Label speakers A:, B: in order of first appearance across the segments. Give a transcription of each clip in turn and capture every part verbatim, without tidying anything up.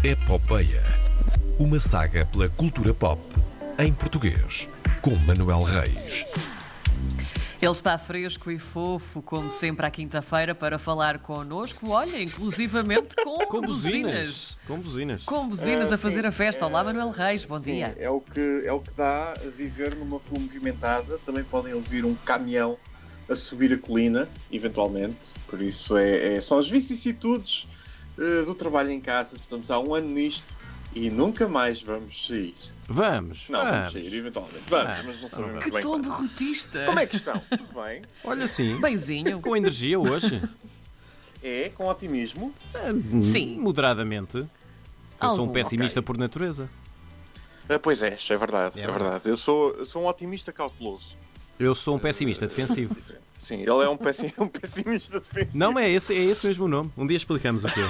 A: Epopeia. Uma saga pela cultura pop em português, com Manuel Reis.
B: Ele está fresco e fofo, como sempre, à quinta-feira, para falar connosco. Olha, inclusivamente com,
C: Com
B: buzinas.
C: buzinas. Com buzinas.
B: Com buzinas
D: Ah,
B: a fazer
D: sim.
B: a festa. Olá,
D: É,
B: Manuel Reis, bom
D: Sim,
B: dia.
D: é o, que, é o que dá a viver numa rua movimentada. Também podem ouvir um caminhão a subir a colina, eventualmente. Por isso, é, é- são as vicissitudes eh, do trabalho em casa. Estamos há um ano nisto e nunca mais vamos sair.
C: Vamos,
D: Não, vamos,
C: vamos.
D: sair, eventualmente. Vamos,
C: Vamos.
D: mas não sabemos
B: Que
D: bem
B: tom
D: quando.
B: derrotista.
D: Como é que estão? Tudo bem?
C: Olha sim,
B: Beizinho.
C: com energia hoje.
D: É, com otimismo.
B: Sim.
C: Moderadamente. Eu sou um
B: Algum,
C: pessimista
D: ok.
C: por natureza.
D: Ah, pois é, é verdade,
C: É
D: é,
C: verdade.
D: verdade. Eu sou, eu sou um otimista cauteloso.
C: Eu sou um pessimista defensivo.
D: Sim, ele é um, pessi- um pessimista defensivo.
C: Não, é esse, é esse mesmo o nome. Um dia explicamos o quê.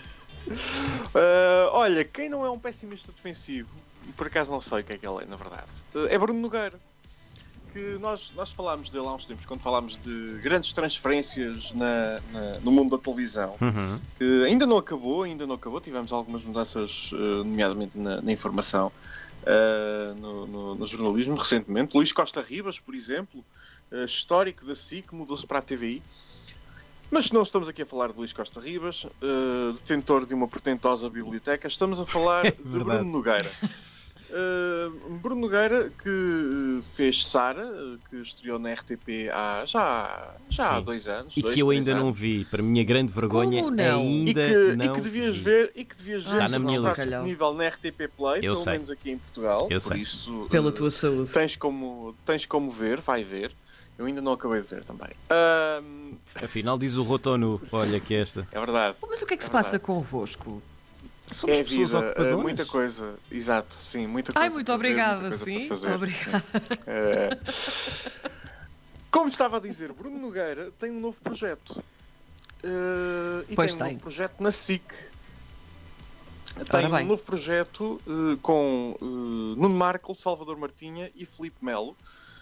D: Ah, olha, quem não é um pessimista defensivo, por acaso não sei o que é que ele é, na verdade, ah, é Bruno Nogueira. Que nós, nós falámos dele há uns tempos, quando falámos de grandes transferências na, na- no mundo da televisão,
C: Uhum.
D: que ainda não acabou, ainda não acabou, tivemos algumas mudanças, ah, nomeadamente na, na informação, ah, no, no- no jornalismo, recentemente. Luís Costa Ribas, por exemplo, ah, histórico da S I C, mudou-se para a T V I. Mas não estamos aqui a falar de Luís Costa Ribas, uh, detentor de uma portentosa biblioteca. Estamos a falar de
C: verdade.
D: Bruno Nogueira. Uh, Bruno Nogueira, que uh, fez Sara, uh, que estreou na R T P há, já, já há
C: Sim.
D: dois anos.
C: E
D: dois,
C: que eu
D: três
C: ainda não
D: anos.
C: vi. Para minha grande vergonha,
B: Como não?
D: E
C: ainda
D: que,
C: não
D: e que devias
C: vi.
D: ver, e que devias
B: Está
D: ver
B: na
D: se
B: minha
D: está
B: lista.
D: disponível na R T P Play,
C: Eu
D: pelo
C: sei.
D: menos aqui em Portugal.
C: Eu
D: Por
C: sei.
D: isso,
B: Pela
D: uh,
B: tua saúde.
D: tens como, tens como ver, vai ver. Eu ainda não acabei de ver também. Um,
C: Afinal, diz o Rotonu. Olha que esta.
D: é verdade.
B: Oh, mas o que é que
D: É
B: se passa
D: verdade.
B: convosco?
C: Somos
D: É
C: pessoas
D: vida,
C: ocupadoras.
D: é muita coisa, exato, sim, muita coisa.
B: Ai, muito
D: para ver,
B: obrigada,
D: muita coisa
B: sim.
D: para fazer,
B: Obrigada.
D: sim. É. Como estava a dizer, Bruno Nogueira tem um novo projeto. Eh, e
B: Pois
D: tem um
B: tem.
D: novo projeto na S I C.
B: Ora
D: Tem
B: bem.
D: um novo projeto eh, com eh, Nuno Marco, Salvador Martinha e Filipe Melo.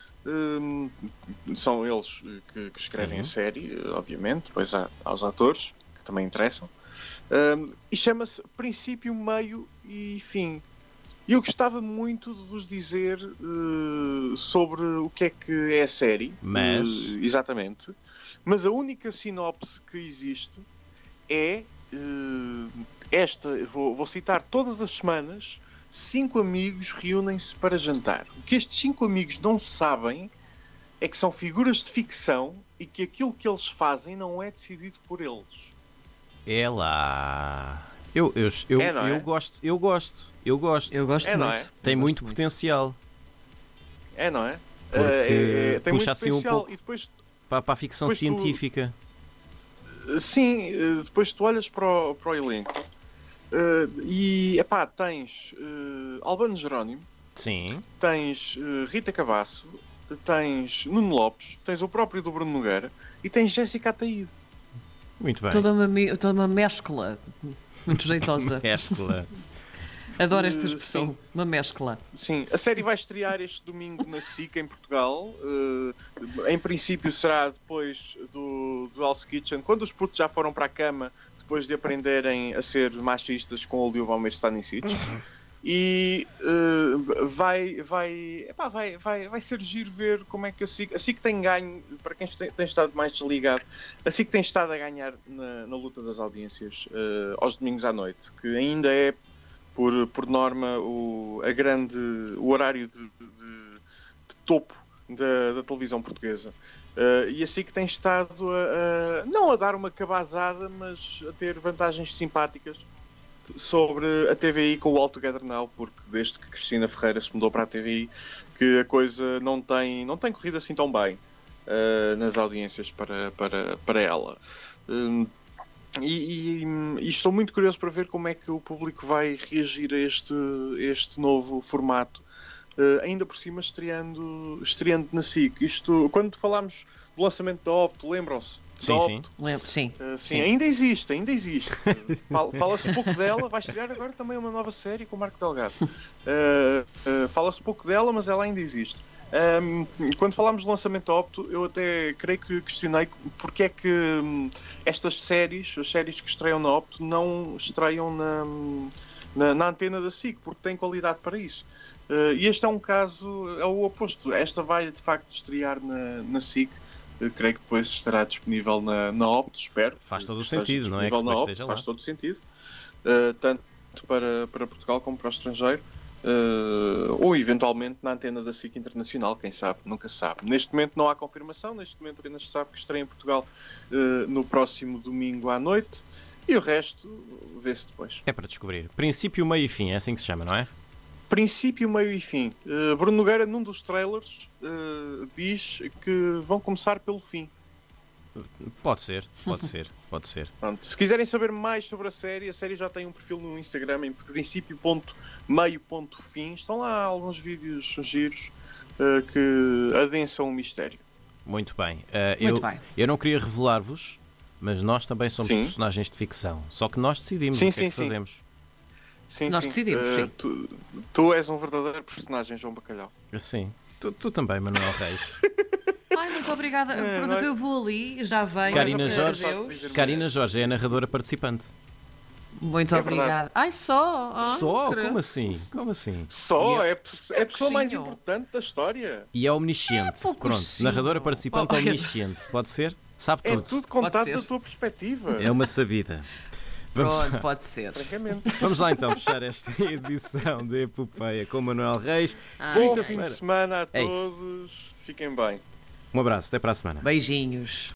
D: Eh, são eles eh, que, que escrevem
C: Sim.
D: a série, eh, obviamente, depois há, há os atores, que também interessam. Um, e chama-se Princípio, Meio e Fim. E eu gostava muito de vos dizer uh, sobre o que é que é a série.
C: Mas-
D: Uh, exatamente. Mas a única sinopse que existe é uh, esta. Vou, vou citar todas as semanas. Cinco amigos reúnem-se para jantar. O que estes cinco amigos não sabem é que são figuras de ficção e que aquilo que eles fazem não é decidido por eles.
C: É lá. Eu, eu, eu,
D: É, não é?
C: eu gosto, eu gosto, eu gosto.
B: Eu gosto
D: É, não
B: muito.
D: é?
C: Tem
B: Eu
C: muito
B: gosto
C: potencial
D: É, não é?
C: Porque
D: É, é, tem
C: puxa
D: muito
C: assim um
D: potencial.
C: pouco-
D: E depois,
C: para, para a ficção
D: Pois tu-
C: científica.
D: sim, eh, depois tu olhas para o, para o elenco eh, e, epá, tens eh, Albano Jerónimo,
C: Sim.
D: tens eh, Rita Cavasso, tens Nuno Lopes, tens o próprio do Bruno Nogueira e tens Jéssica Ataíde.
C: Muito bem.
B: Toda uma, mi- toda uma mescla. Muito jeitosa.
C: Mescla.
B: Adoro esta
D: Eh,
B: expressão.
D: sim.
B: Uma mescla.
D: Sim, a série vai estrear este domingo na S I C em Portugal. Eh, em princípio será depois do, do Hell's Kitchen, quando os putos já foram para a cama, depois de aprenderem a ser machistas com o Leo Valmeiro Stanisic. E eh, vai, vai, epá, vai, vai, vai ser giro ver como é que a S I C, a S I C tem ganho, para quem tem, tem estado mais desligado, a S I C tem estado a ganhar na, na luta das audiências eh, aos domingos à noite, que ainda é, por, por norma, o, a grande, o horário de, de- de- de topo da, da televisão portuguesa. Eh, e a S I C tem estado a, a- não a dar uma cabazada, mas a ter vantagens simpáticas sobre a T V I com o All Together Now, porque desde que Cristina Ferreira se mudou para a T V I, que a coisa não tem, não tem corrido assim tão bem uh, nas audiências para, para, para ela. Um, e, e- e estou muito curioso para ver como é que o público vai reagir a este, este novo formato, uh, ainda por cima estreando, estreando na S I C. Isto, quando falámos do lançamento da Opto, lembram-se?
C: Sim,
D: Da
C: sim.
D: Opto,
B: Lembro, sim.
D: Uh, sim,
B: Sim.
D: ainda existe, ainda existe. Fala- Fala-se pouco dela, vai estrear agora também uma nova série com o Marco Delgado. Uh, uh, Fala-se pouco dela, mas ela ainda existe. Um, quando falámos do lançamento da Opto, eu até creio que questionei porque é que hum, estas séries, as séries que estreiam na Opto, não estreiam na, hum, na, na antena da SIC, porque tem qualidade para isso. Uh, e este é um caso, é o oposto. Esta vai de facto estrear na, na SIC. Uh, creio que depois estará disponível na, na Optus, espero.
C: Faz todo o
D: esteja
C: sentido, não é? Que
D: disponível na
C: depois
D: Optus,
C: esteja
D: faz
C: lá.
D: todo o sentido. Uh, tanto para, para Portugal como para o estrangeiro. Uh, ou eventualmente na antena da SIC Internacional, quem sabe, nunca se sabe. Neste momento não há confirmação, neste momento apenas se sabe que estreia em Portugal uh, no próximo domingo à noite e o resto vê-se depois.
C: É para descobrir. Princípio, meio e fim, é assim que se chama, não é?
D: Princípio, meio e fim. Uh, Bruno Nogueira, num dos trailers, uh, diz que vão começar pelo fim.
C: Pode ser, pode ser, pode ser.
D: Pronto. Se quiserem saber mais sobre a série, a série já tem um perfil no Instagram em princípio ponto meio ponto fim. Estão lá alguns vídeos giros uh, que adensam o mistério.
C: Muito bem. Uh,
B: Muito
C: eu,
B: bem.
C: eu não queria revelar-vos, mas nós também somos
D: Sim.
C: personagens de ficção. Só que nós decidimos
D: Sim,
C: o que é
D: sim,
C: que
D: sim.
C: fazemos.
D: Sim,
B: Nós
D: sim.
B: decidimos,
D: Uh,
B: sim.
D: Tu, tu és um verdadeiro personagem, João Bacalhau.
C: Sim. Tu, tu também, Manuel Reis.
B: Ai, muito obrigada.
D: É,
B: Pronto,
D: vai.
B: então eu vou ali, já venho.
C: Karina
B: Eh,
C: Jorge.
B: adeus.
C: Karina Jorge é a narradora participante.
B: Muito
D: É
B: obrigada.
D: verdade.
B: Ai, só. Ah,
C: Só?
B: credo.
C: Como assim? Como assim?
D: Só,
C: E é,
D: é, é a pessoa mais
B: pouquinho.
D: importante da história.
C: e é omnisciente.
B: pouco
C: Pronto,
B: sim.
C: narradora participante
B: Oh,
C: omnisciente. Pode ser? Sabe
D: É
C: tudo.
D: tudo contado
B: ser.
D: da tua perspectiva.
C: É uma sabida. Vamos,
B: Pronto, pode ser.
D: Francamente.
C: vamos lá então fechar esta edição de Epopeia com Manuel Reis.
B: Ah,
D: Bom fim
C: Quinta-feira.
D: de semana a
C: É isso.
D: todos. Fiquem bem.
C: Um abraço, até para a semana.
B: Beijinhos.